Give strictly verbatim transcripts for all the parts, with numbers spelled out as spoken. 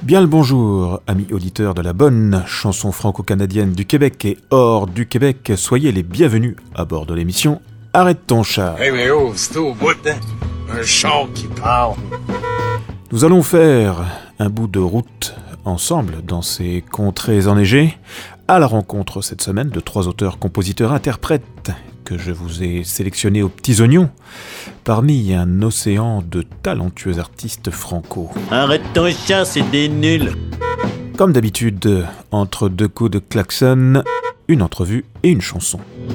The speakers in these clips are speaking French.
Bien le bonjour, amis auditeurs de la bonne chanson franco-canadienne du Québec et hors du Québec. Soyez les bienvenus à bord de l'émission Arrête ton char. Hey, mais oh, c'est au bout, hein? Un char qui parle. Nous allons faire un bout de route ensemble dans ces contrées enneigées, à la rencontre cette semaine de trois auteurs, compositeurs, interprètes que je vous ai sélectionnés aux petits oignons parmi un océan de talentueux artistes franco. Arrête ton char, c'est des nuls. Comme d'habitude, entre deux coups de klaxon, une entrevue et une chanson.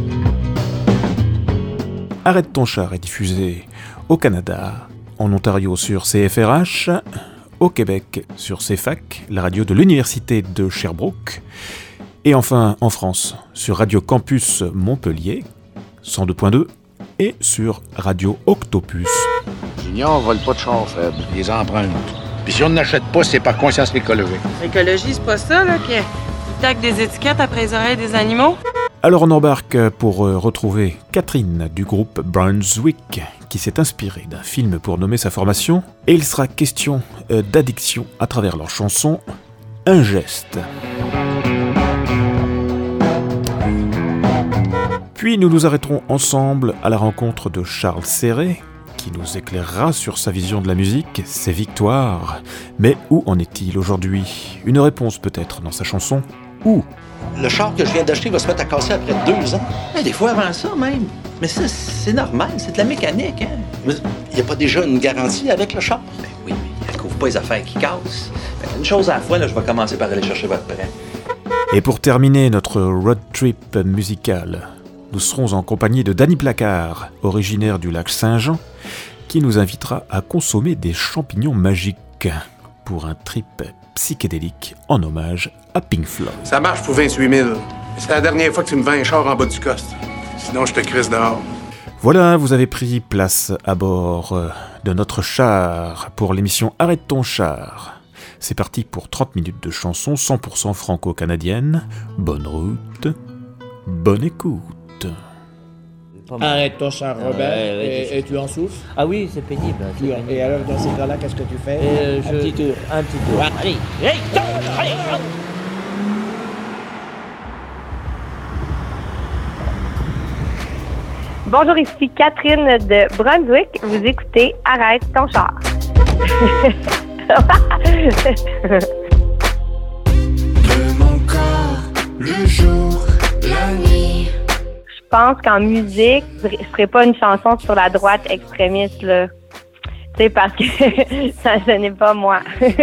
Arrête ton char est diffusé au Canada, en Ontario sur C F R H, au Québec sur C F A C, la radio de l'Université de Sherbrooke, et enfin en France sur Radio Campus Montpellier, cent deux point deux, et sur Radio Octopus. Junior vole pas de chars faibles, les emprunte. Puis si on n'achète pas, c'est par conscience écologique. L'écologie, c'est pas ça, là, qu'ils taquent des étiquettes après les oreilles des animaux? Alors on embarque pour retrouver Catherine du groupe Brunswick, qui s'est inspirée d'un film pour nommer sa formation, et il sera question d'addiction à travers leur chanson « Un geste ». Puis nous nous arrêterons ensemble à la rencontre de Charles Serré, qui nous éclairera sur sa vision de la musique, ses victoires. Mais où en est-il aujourd'hui ? Une réponse peut-être dans sa chanson « Où ?» Le char que je viens d'acheter va se mettre à casser après deux ans. Mais des fois avant ça même. Mais ça, c'est normal, c'est de la mécanique, hein. Il n'y a pas déjà une garantie avec le char? Ben oui, mais elle couvre pas les affaires qui cassent. Ben, une chose à la fois, là, je vais commencer par aller chercher votre prêt. Et pour terminer notre road trip musical, nous serons en compagnie de Danny Placard, originaire du lac Saint-Jean, qui nous invitera à consommer des champignons magiques pour un trip psychédélique en hommage à Pink Floyd. Ça marche pour vingt-huit mille. C'est la dernière fois que tu me vends un char en bas du coste. Sinon, je te crisse dehors. Voilà, vous avez pris place à bord de notre char pour l'émission Arrête ton char. C'est parti pour trente minutes de chansons cent pour cent franco-canadiennes. Bonne route, bonne écoute. Arrête ton char, Robert, Ouais, ouais, et, je- et tu en souffles. Ah oui, c'est pénible. c'est Tu- pénible. Et alors, dans ces cas-là, qu'est-ce que tu fais? Euh, Un je- petit tour. Un petit tour. Ouais. Allez, hey, allez, allez. Bonjour, ici Catherine de Brunswick. Vous écoutez Arrête ton char. De mon corps, le jour, la nuit. Je pense qu'en musique, je ferais pas une chanson sur la droite extrémiste, là. Tu sais, parce que ça, ce n'est pas moi.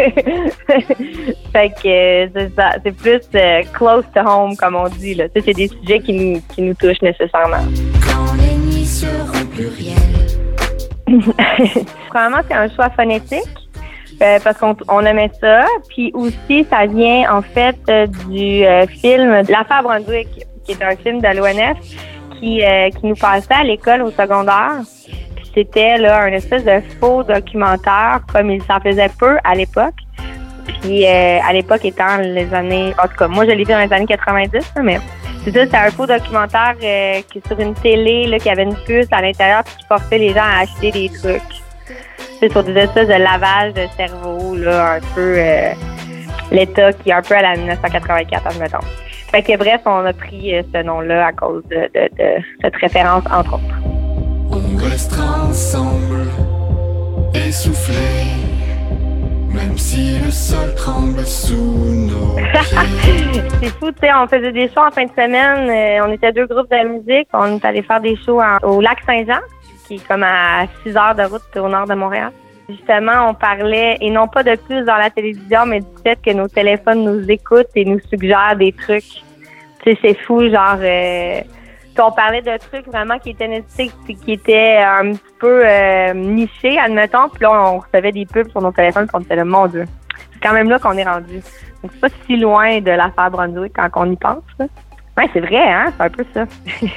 Fait que euh, c'est ça. C'est plus euh, close to home, comme on dit, là. Tu sais, c'est des sujets qui nous, qui nous touchent nécessairement. Quand les nuits seront plurielles. Premièrement, c'est un choix phonétique. Euh, parce qu'on on aimait ça. Puis aussi, ça vient en fait euh, du euh, film L'affaire Brunswick, qui est un film de l'O N F qui, euh, qui nous passait à l'école au secondaire. Puis c'était là un espèce de faux documentaire, comme il s'en faisait peu à l'époque. Puis euh, à l'époque étant les années... En tout cas, moi, je l'ai vu dans les années quatre-vingt-dix, là, mais c'est ça, c'est un faux documentaire euh, qui est sur une télé, là, qui avait une puce à l'intérieur puis qui forçait les gens à acheter des trucs. C'est sur des espèces de lavage de cerveau, là, un peu euh, l'État qui est un peu à la dix-neuf cent quatre-vingt-quatre, admettons. Fait que bref, on a pris euh, ce nom-là à cause de, de, de cette référence, entre autres. On restera ensemble, essoufflés. Même si le sol tremble sous nos pieds. C'est fou, tu sais, on faisait des shows en fin de semaine, euh, on était deux groupes de musique, on est allé faire des shows en- au lac Saint-Jean, qui est comme à six heures de route au nord de Montréal. Justement, on parlait, et non pas de plus dans la télévision, mais du fait que nos téléphones nous écoutent et nous suggèrent des trucs. Tu sais, c'est fou, genre, euh, puis on parlait de trucs vraiment qui étaient nécessaires, qui étaient un petit peu euh, nichés, admettons, puis là, on recevait des pubs sur nos téléphones, puis on était là, mon Dieu. C'est quand même là qu'on est rendu. Donc, c'est pas si loin de l'affaire Brunswick quand on y pense, là. Ouais, c'est vrai, hein? C'est un peu ça.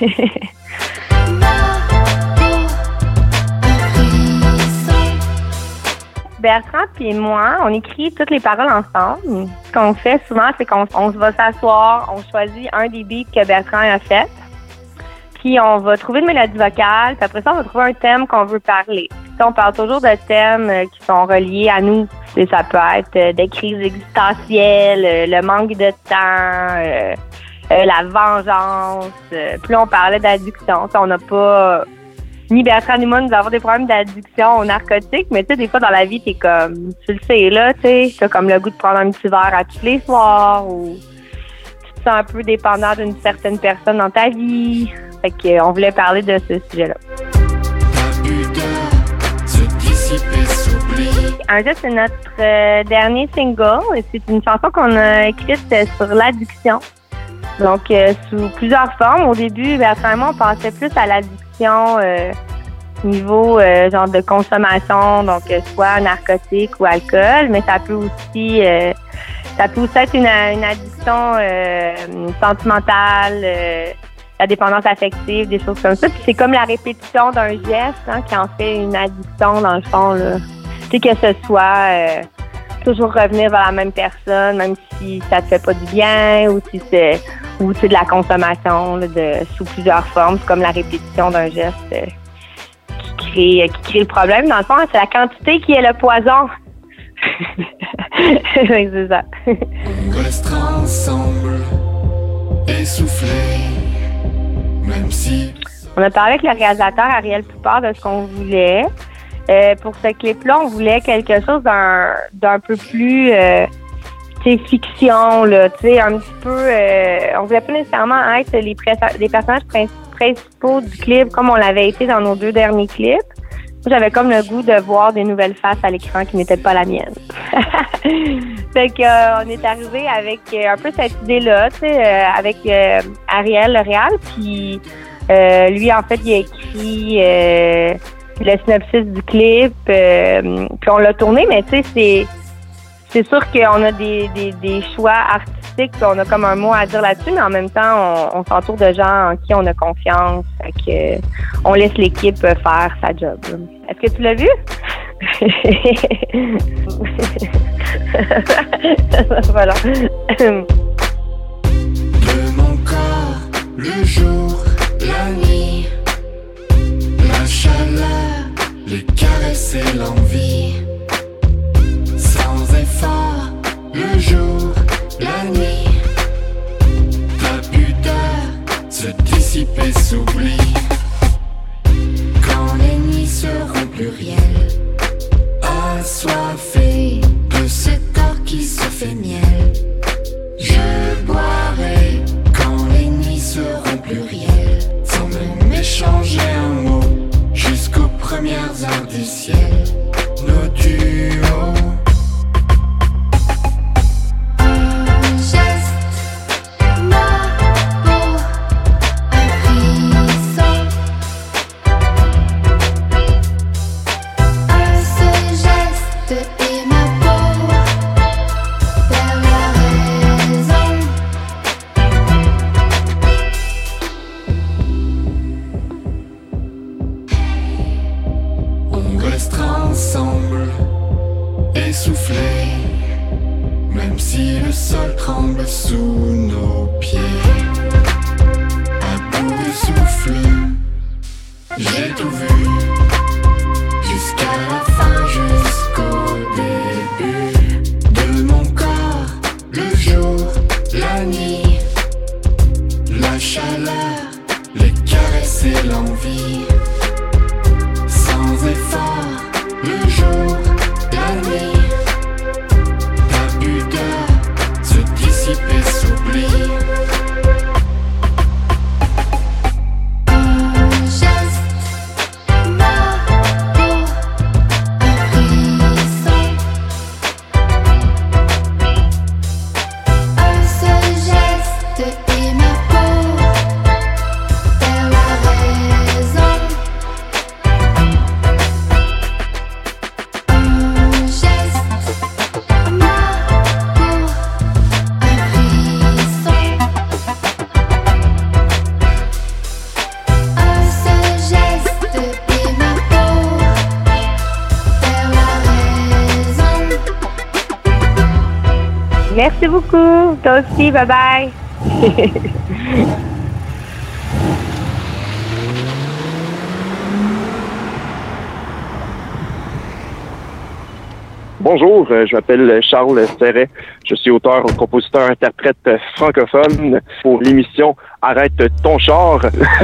Bertrand puis moi, on écrit toutes les paroles ensemble. Ce qu'on fait souvent, c'est qu'on on se va s'asseoir, on choisit un des beats que Bertrand a fait. Puis on va trouver une mélodie vocale, puis après ça, on va trouver un thème qu'on veut parler. Puis on parle toujours de thèmes euh, qui sont reliés à nous. Et ça peut être euh, des crises existentielles, euh, le manque de temps, euh, euh, la vengeance. Euh, puis là, on parlait d'addiction. T'sais, on n'a pas... Ni Bertrand ni moi, nous avons des problèmes d'addiction aux narcotiques, mais tu sais, des fois dans la vie, t'es comme... Tu le sais, là, tu sais, t'as comme le goût de prendre un petit verre à tous les soirs ou... Tu te sens un peu dépendant d'une certaine personne dans ta vie. Fait qu'on voulait parler de ce sujet-là. Un jeu, c'est notre euh, dernier single. C'est une chanson qu'on a écrite euh, sur l'addiction. Donc, euh, sous plusieurs formes. Au début, Bertrand et moi, on pensait plus à l'addiction euh, niveau euh, genre de consommation, donc euh, soit narcotique ou alcool, mais ça peut aussi euh, ça peut aussi être une, une addiction euh, sentimentale, euh, la dépendance affective, des choses comme ça. Puis c'est comme la répétition d'un geste hein, qui en fait une addiction dans le fond, là. Tu sais, que ce soit euh, toujours revenir vers la même personne, même si ça te fait pas du bien, ou si c'est ou c'est de la consommation là, de, sous plusieurs formes. C'est comme la répétition d'un geste euh, qui, crée, qui crée le problème. Dans le fond, c'est la quantité qui est le poison. Oui, c'est ça. On restera ensemble, essoufflés, même si... On a parlé avec le réalisateur Ariel Poupard de ce qu'on voulait. Euh, pour ce clip-là, on voulait quelque chose d'un, d'un peu plus, euh, tu sais, fiction, là, tu sais, un petit peu, euh, on voulait pas nécessairement être les, pré- les personnages principaux du clip comme on l'avait été dans nos deux derniers clips. Moi, j'avais comme le goût de voir des nouvelles faces à l'écran qui n'étaient pas la mienne. Fait que, euh, on est arrivé avec euh, un peu cette idée-là, tu sais, euh, avec euh, Ariel, le réal, puis euh, lui, en fait, il a écrit... Euh, le synopsis du clip, euh, puis on l'a tourné, mais tu sais, c'est c'est sûr qu'on a des, des, des choix artistiques, puis on a comme un mot à dire là-dessus, mais en même temps, on, on s'entoure de gens en qui on a confiance, fait que on laisse l'équipe faire sa job. Est-ce que tu l'as vu? Voilà. De mon corps, le jour, la nuit, la chaleur, les caresses et l'envie. Sans effort, le jour, la nuit. Ta pudeur se dissipe et s'oublie. Quand les nuits seront plurielles, assoiffé de ce corps qui se fait miel. Je boirai quand les nuits seront plurielles, sans même échanger un mot. Jusqu'aux premières heures du ciel, nos duos. Un geste, ma peau, un frisson. Un seul geste et ma peau perd la raison. On restera ensemble, essoufflés, même si le sol tremble sous nos pieds. À bout de souffle, j'ai tout vu, jusqu'à la fin, jusqu'au début. De mon corps, le jour, la nuit, la chaleur, les caresses et l'envie. Sans effort, le jour, la nuit. Ta pudeur se dissipe et s'oublie. Un geste, ma peau, un frisson. Un seul geste et ma peau perd la raison. Un geste, ma peau, un frisson. Un seul geste et ma peau perd la raison. Merci beaucoup. Toi aussi. Bye bye. Bonjour, euh, je m'appelle Charles Serret. Je suis auteur, compositeur, interprète francophone pour l'émission Arrête ton char.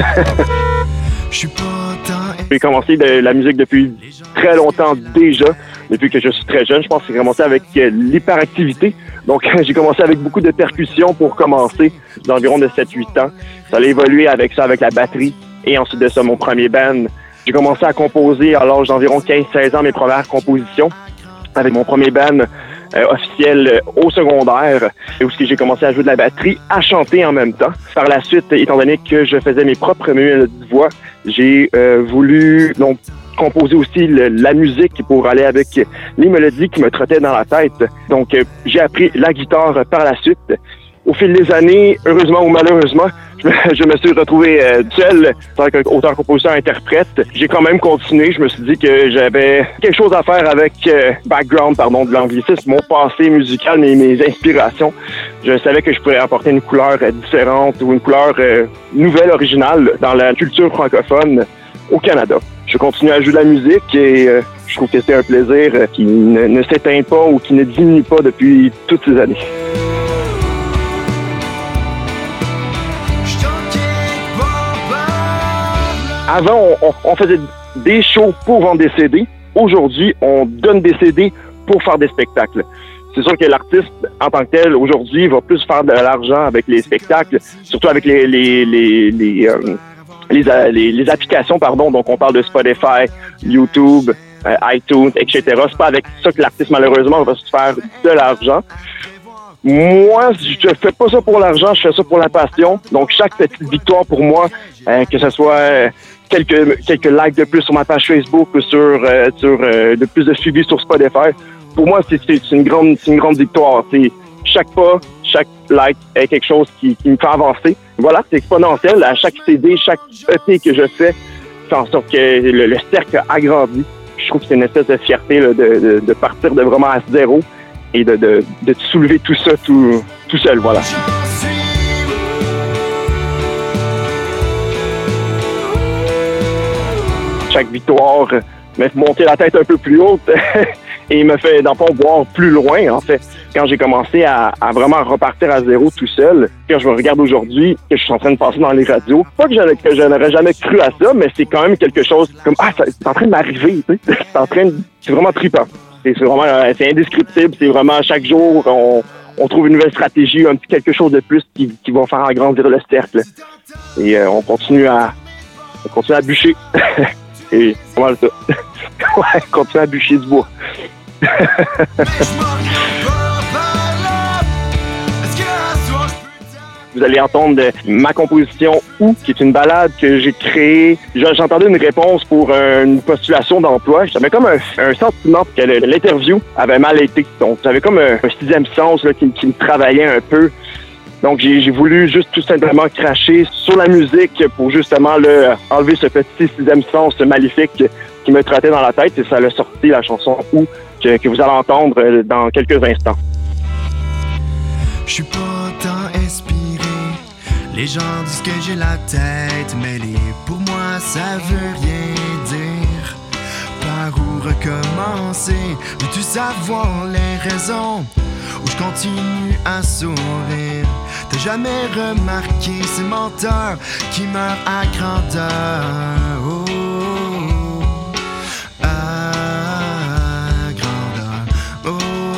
J'ai commencé de la musique depuis très longtemps déjà, depuis que je suis très jeune. Je pense que j'ai commencé avec euh, l'hyperactivité. Donc, j'ai commencé avec beaucoup de percussions pour commencer, d'environ de sept huit ans. Ça a évolué avec ça, avec la batterie. Et ensuite de ça, mon premier band. J'ai commencé à composer à l'âge d'environ quinze seize ans, mes premières compositions, avec mon premier band euh, officiel euh, au secondaire, et où j'ai commencé à jouer de la batterie, à chanter en même temps. Par la suite, étant donné que je faisais mes propres mélodies de voix, j'ai euh, voulu donc composer aussi le, la musique pour aller avec les mélodies qui me trottaient dans la tête. Donc, euh, j'ai appris la guitare par la suite. Au fil des années, heureusement ou malheureusement, je me, je me suis retrouvé euh, seul en tant qu'auteur, compositeur, interprète. J'ai quand même continué. Je me suis dit que j'avais quelque chose à faire avec euh, background, pardon, de l'anglicisme, mon passé musical, mes, mes inspirations. Je savais que je pourrais apporter une couleur euh, différente ou une couleur euh, nouvelle, originale dans la culture francophone au Canada. Je continue à jouer de la musique et euh, je trouve que c'est un plaisir euh, qui ne, ne s'éteint pas ou qui ne diminue pas depuis toutes ces années. Avant, on, on, on faisait des shows pour vendre des C D. Aujourd'hui, on donne des C D pour faire des spectacles. C'est sûr que l'artiste, en tant que tel, aujourd'hui, va plus faire de l'argent avec les spectacles, surtout avec les les les les, euh, les, les, les applications, pardon. Donc, on parle de Spotify, YouTube, euh, iTunes, et cetera. C'est pas avec ça que l'artiste, malheureusement, va se faire de l'argent. Moi, je fais pas ça pour l'argent, je fais ça pour la passion. Donc, chaque petite victoire pour moi, euh, que ce soit euh, quelques quelques likes de plus sur ma page Facebook ou sur euh, sur euh, de plus de suivi sur Spotify, pour moi, c'est, c'est une grande c'est une grande victoire. C'est chaque pas, chaque like est quelque chose qui, qui me fait avancer. Voilà, c'est exponentiel. À chaque C D, chaque E P que je fais, fait en sorte que le, le cercle agrandit. Je trouve que c'est une espèce de fierté là, de, de, de partir de vraiment à zéro et de, de, de soulever tout ça tout, tout seul, voilà. Chaque victoire me fait monter la tête un peu plus haute et me fait, dans le fond, voir plus loin, en fait. Quand j'ai commencé à, à vraiment repartir à zéro tout seul, quand je me regarde aujourd'hui, que je suis en train de passer dans les radios, pas que je, que je n'aurais jamais cru à ça, mais c'est quand même quelque chose comme, ah, ça, c'est en train de m'arriver, tu sais. C'est en train de, c'est vraiment trippant. C'est, c'est vraiment, c'est indescriptible, c'est vraiment chaque jour, on, on trouve une nouvelle stratégie, un petit quelque chose de plus qui, qui va faire agrandir le cercle. Et euh, on continue à, on continue à bûcher. Et voilà ça. Ouais, on continue à bûcher du bois. Vous allez entendre ma composition « Où », qui est une ballade que j'ai créée. J'entendais une réponse pour une postulation d'emploi. J'avais comme un, un sentiment que l'interview avait mal été. Donc, j'avais comme un, un sixième sens là, qui, qui me travaillait un peu. Donc, j'ai, j'ai voulu juste tout simplement cracher sur la musique pour justement là, enlever ce petit sixième sens maléfique qui me trottait dans la tête. Et ça a sorti la chanson « Où » que, que vous allez entendre dans quelques instants. Je suis pas tant inspiré. Les gens disent que j'ai la tête mêlée. Pour moi, ça veut rien dire. Par où recommencer? Veux-tu savoir les raisons où je continue à sourire? T'as jamais remarqué ces menteurs qui meurent à grandeur? Oh, à grandeur. Oh,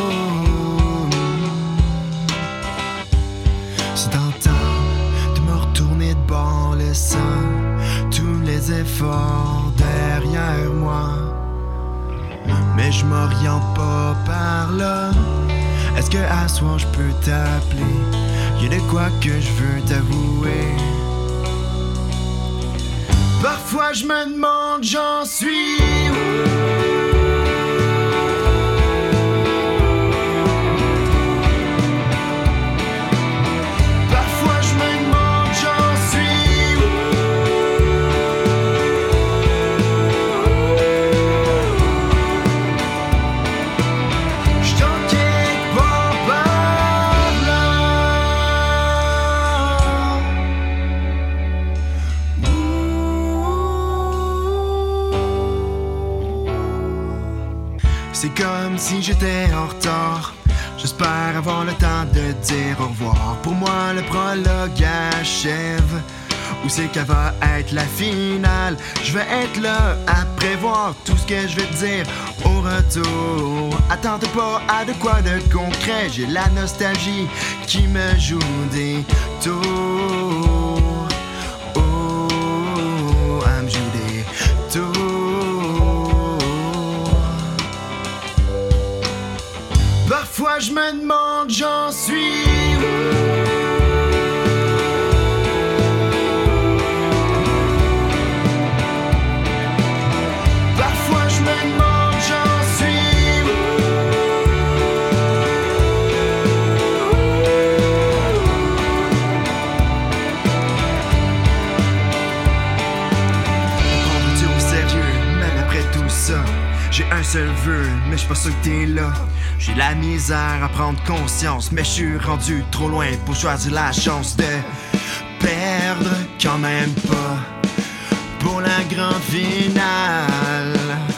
c'est tentant de me retourner de bord, laissant tous les efforts derrière moi. Mais je m'oriente pas par là. Est-ce que à soir je peux t'appeler? Y'a de quoi que je veux t'avouer. Parfois je me demande j'en suis où. Parfois je me demande j'en suis où. comme si j'étais en retard. J'espère avoir le temps de dire au revoir. Pour moi, le prologue achève. Où c'est qu'elle va être la finale? Je vais être là à prévoir tout ce que je vais te dire au retour. Attendez pas à de quoi de concret. J'ai la nostalgie qui me joue des tours. Oh, elle me joue des tours. Parfois je me demande, j'en suis où? J'ai un seul vœu, mais je suis pas sûr que t'es là. J'ai la misère à prendre conscience, mais je suis rendu trop loin pour choisir la chance de perdre quand même pas pour la grande finale.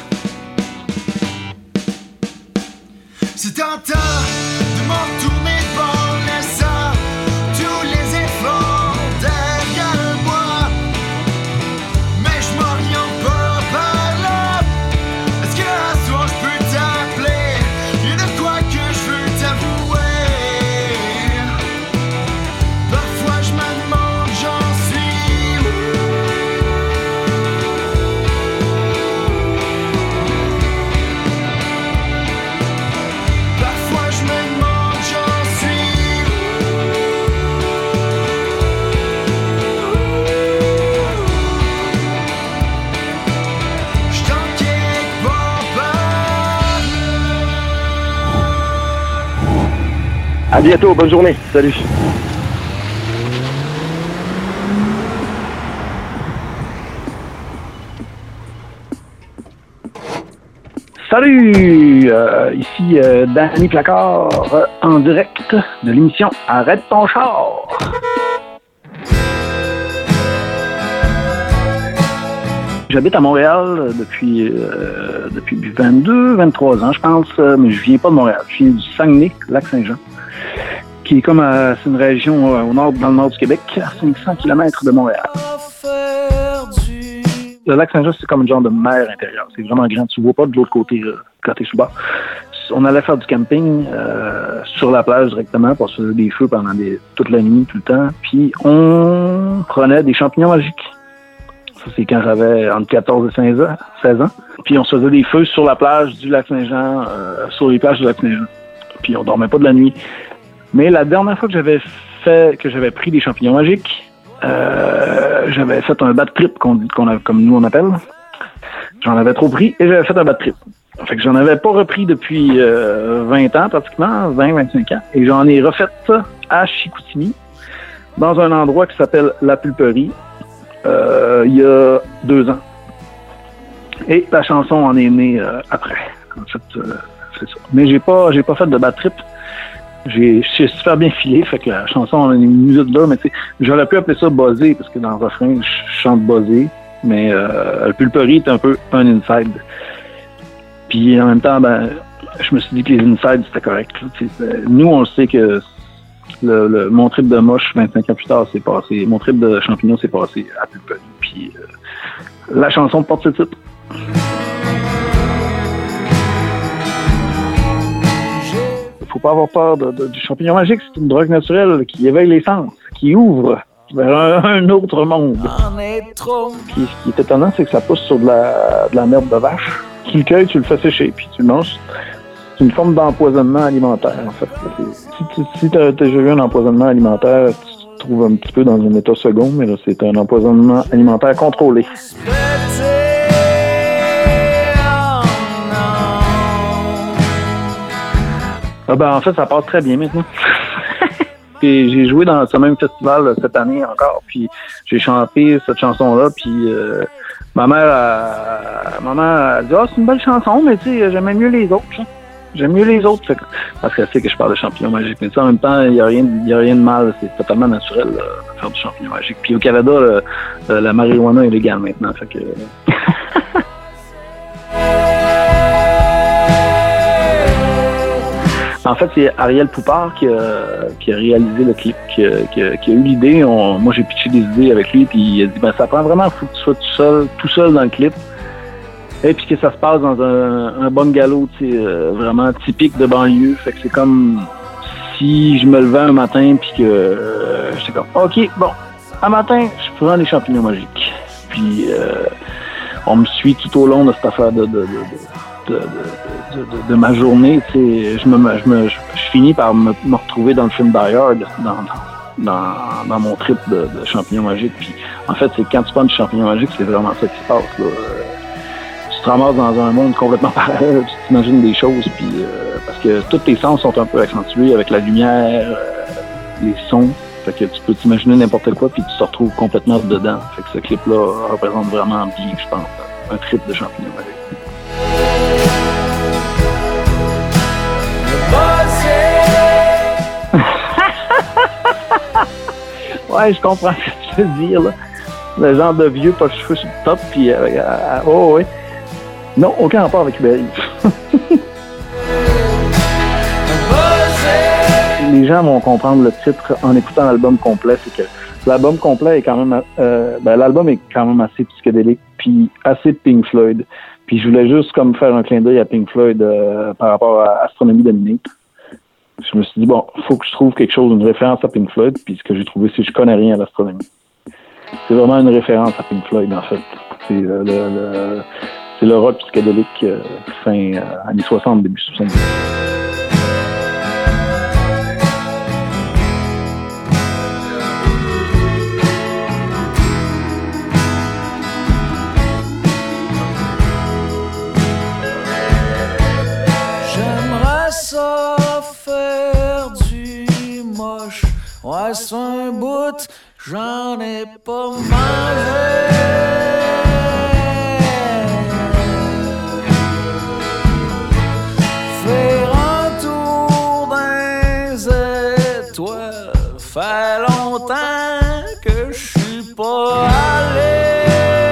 C'est tentant de m'en retourner devant l'essor, tous les efforts derrière moi, mais je m'oriente pas par là. Est-ce que à ce soir je peux t'appeler? Y'a de quoi que je veux t'avouer. Parfois je me demande, j'en suis où? Parfois je me demande, j'en suis où? J't'en quelque part par À bientôt, bonne journée, salut. Salut, euh, ici euh, Danny Placard euh, en direct de l'émission Arrête ton char. J'habite à Montréal depuis euh, depuis vingt-deux, vingt-trois ans, je pense, euh, mais je viens pas de Montréal. Je viens du Saguenay, Lac-Saint-Jean, qui est comme euh, c'est une région euh, au nord, dans le nord du Québec, à cinq cents kilomètres de Montréal. Le Lac-Saint-Jean, c'est comme un genre de mer intérieure. C'est vraiment grand. Tu ne vois pas de l'autre côté, euh, quand t'es sous bord. On allait faire du camping euh, sur la plage directement, pour se faisait des feux pendant des, toute la nuit, tout le temps. Puis on prenait des champignons magiques. Ça, c'est quand j'avais entre quatorze et seize ans. Puis on se faisait des feux sur la plage du Lac-Saint-Jean, euh, sur les plages du Lac-Saint-Jean. Puis on dormait pas de la nuit. Mais la dernière fois que j'avais fait, que j'avais pris des champignons magiques, Euh, j'avais fait un bad trip, qu'on, qu'on a, comme nous on appelle. J'en avais trop pris et j'avais fait un bad trip. Fait que j'en avais pas repris depuis euh, vingt ans pratiquement, vingt à vingt-cinq ans. Et j'en ai refait ça à Chicoutimi, dans un endroit qui s'appelle La Pulperie, euh, il y a deux ans. Et la chanson en est née euh, après. En fait, euh, c'est ça. Mais j'ai pas, j'ai pas fait de bad trip. J'ai, j'ai super bien filé, fait que la chanson en est venue de là, mais tu sais, j'aurais pu appeler ça buzzé, parce que dans le refrain, je chante buzzé, mais euh, le Pulperie est un peu un inside. Puis en même temps, ben, je me suis dit que les insides, c'était correct. Tu sais, nous, on le sait que le, le, mon trip de moche, vingt-cinq ans plus tard, c'est passé. Mon trip de champignon, c'est passé à Pulperie. Puis euh, la chanson porte ce titre. Faut pas avoir peur de, de, du champignon magique. C'est une drogue naturelle qui éveille les sens, qui ouvre vers un, un autre monde. Puis, ce qui est étonnant, c'est que ça pousse sur de la, de la merde de vache. Tu le cueilles, tu le fais sécher, puis tu le manges. C'est une forme d'empoisonnement alimentaire, en fait. Si tu si as déjà eu un empoisonnement alimentaire, tu te trouves un petit peu dans un état second, mais là, c'est un empoisonnement alimentaire contrôlé. Ah ben, en fait, ça passe très bien maintenant. Puis j'ai joué dans ce même festival cette année encore, puis j'ai chanté cette chanson-là, puis euh, ma mère a, ma mère a dit « Ah, c'est une belle chanson, mais tu sais, j'aimais mieux les autres. Hein. J'aime mieux les autres. » Parce qu'elle sait que je parle de champignon magique. Mais en même temps, il n'y a, a rien de mal. C'est totalement naturel là, de faire du champignon magique. Puis au Canada, le, la marijuana est légale maintenant. Fait que... En fait, c'est Ariel Poupard qui a, qui a réalisé le clip, qui a, qui a, qui a eu l'idée. On, moi, j'ai pitché des idées avec lui, puis il a dit ben, ça prend vraiment, faut que tu sois tout seul, tout seul dans le clip. Et puis que ça se passe dans un, un bungalow, tu sais, euh, vraiment typique de banlieue. Fait que c'est comme si je me levais un matin, puis que euh, j'étais comme, OK, bon, un matin, je prends des champignons magiques. Puis euh, on me suit tout au long de cette affaire de, de, de, de, de, de, de, de ma journée. Tu sais, je, me, je, me, je, je finis par me, me retrouver dans le film Die Hard, dans, dans, dans mon trip de, de champignons magiques. Puis en fait, c'est quand tu prends du champignon magique, c'est vraiment ça qui se passe, là. Tu te ramasses dans un monde complètement parallèle, tu t'imagines des choses, puis euh, parce que tous tes sens sont un peu accentués avec la lumière, euh, les sons, fait que tu peux t'imaginer n'importe quoi, puis tu te retrouves complètement dedans. Fait que ce clip-là représente vraiment bien, je pense, un trip de champignons magiques. Ouais, je comprends ce que tu veux dire, là. Le genre de vieux pas de cheveux sur le top, puis euh, euh, oh, oui. Non, aucun rapport avec Uber Eats. Les gens vont comprendre le titre en écoutant l'album complet. C'est que l'album complet est quand même, euh, ben, l'album est quand même assez psychédélique, puis assez Pink Floyd. Puis je voulais juste comme faire un clin d'œil à Pink Floyd euh, par rapport à Astronomie Dominée. Je me suis dit bon, faut que je trouve quelque chose, une référence à Pink Floyd. Puis ce que j'ai trouvé, c'est que je connais rien à l'astronomie. C'est vraiment une référence à Pink Floyd en fait. C'est euh, le, le C'est le rock psychédélique euh, fin euh, années soixante, début soixante-dix. J'aimerais ça faire du moche. Ouais, c'est un bout, j'en ai pas mangé. Fait longtemps que je suis pas allé.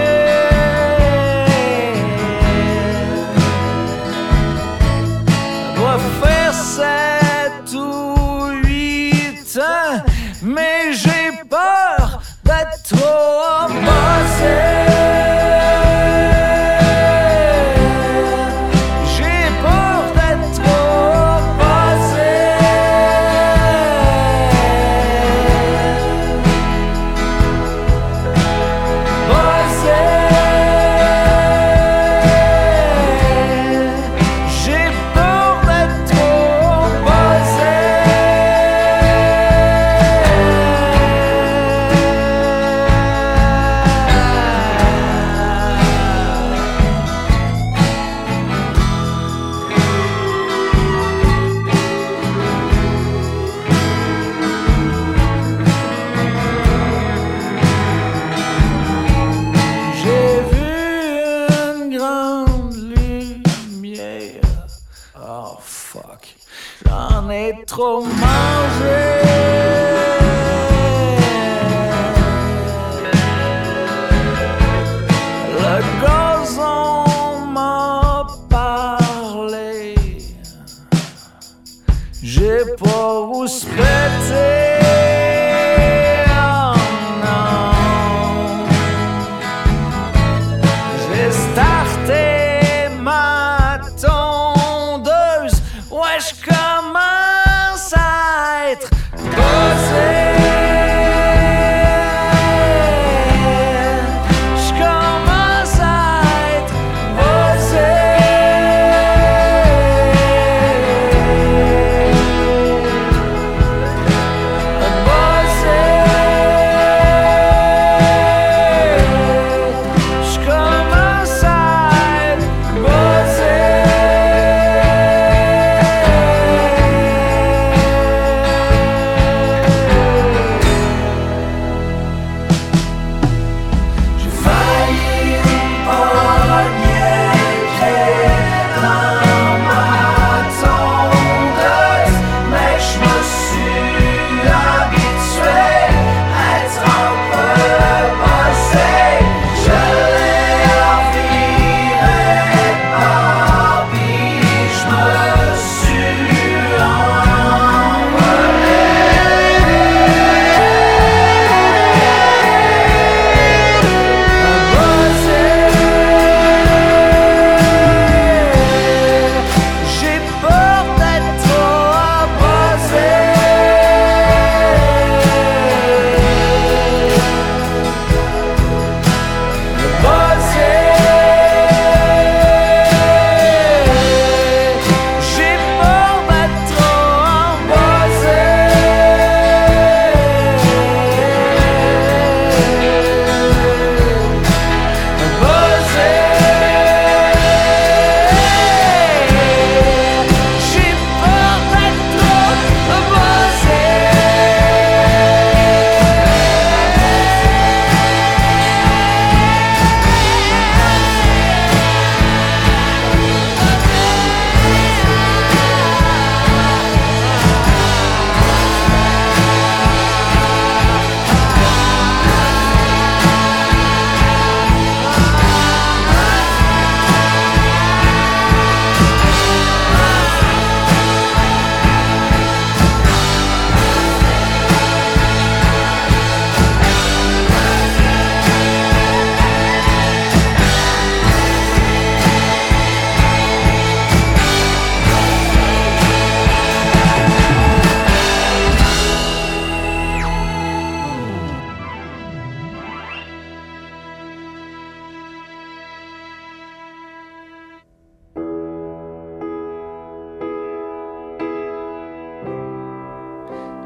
Ça doit faire sept ou huit ans, mais j'ai peur d'être trop passé. Trop mangé. Le gazon m'a parlé. J'ai pas où se péter. Oh non. J'ai starté ma tondeuse. Ouais, je commence à être bossé. Je commence à être bossé. Bossé. Je commence à être bossé.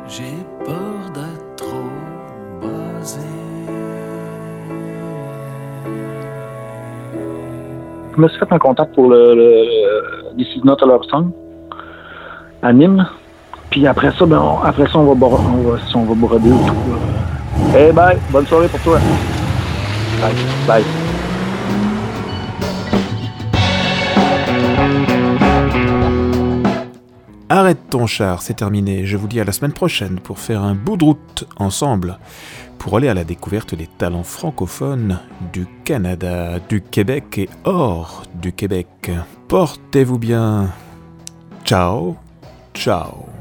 J'ai peur d'être trop basé. Je me suis fait un contact pour le, le This Is Not a Love Song à Nîmes. Puis après ça, ben, on, après ça, on va, bor- on va, on va broder autour. Hey, bye! Bonne soirée pour toi! Bye! Bye! Arrête ton char, c'est terminé. Je vous dis à la semaine prochaine pour faire un bout de route ensemble, pour aller à la découverte des talents francophones du Canada, du Québec et hors du Québec. Portez-vous bien. Ciao, ciao.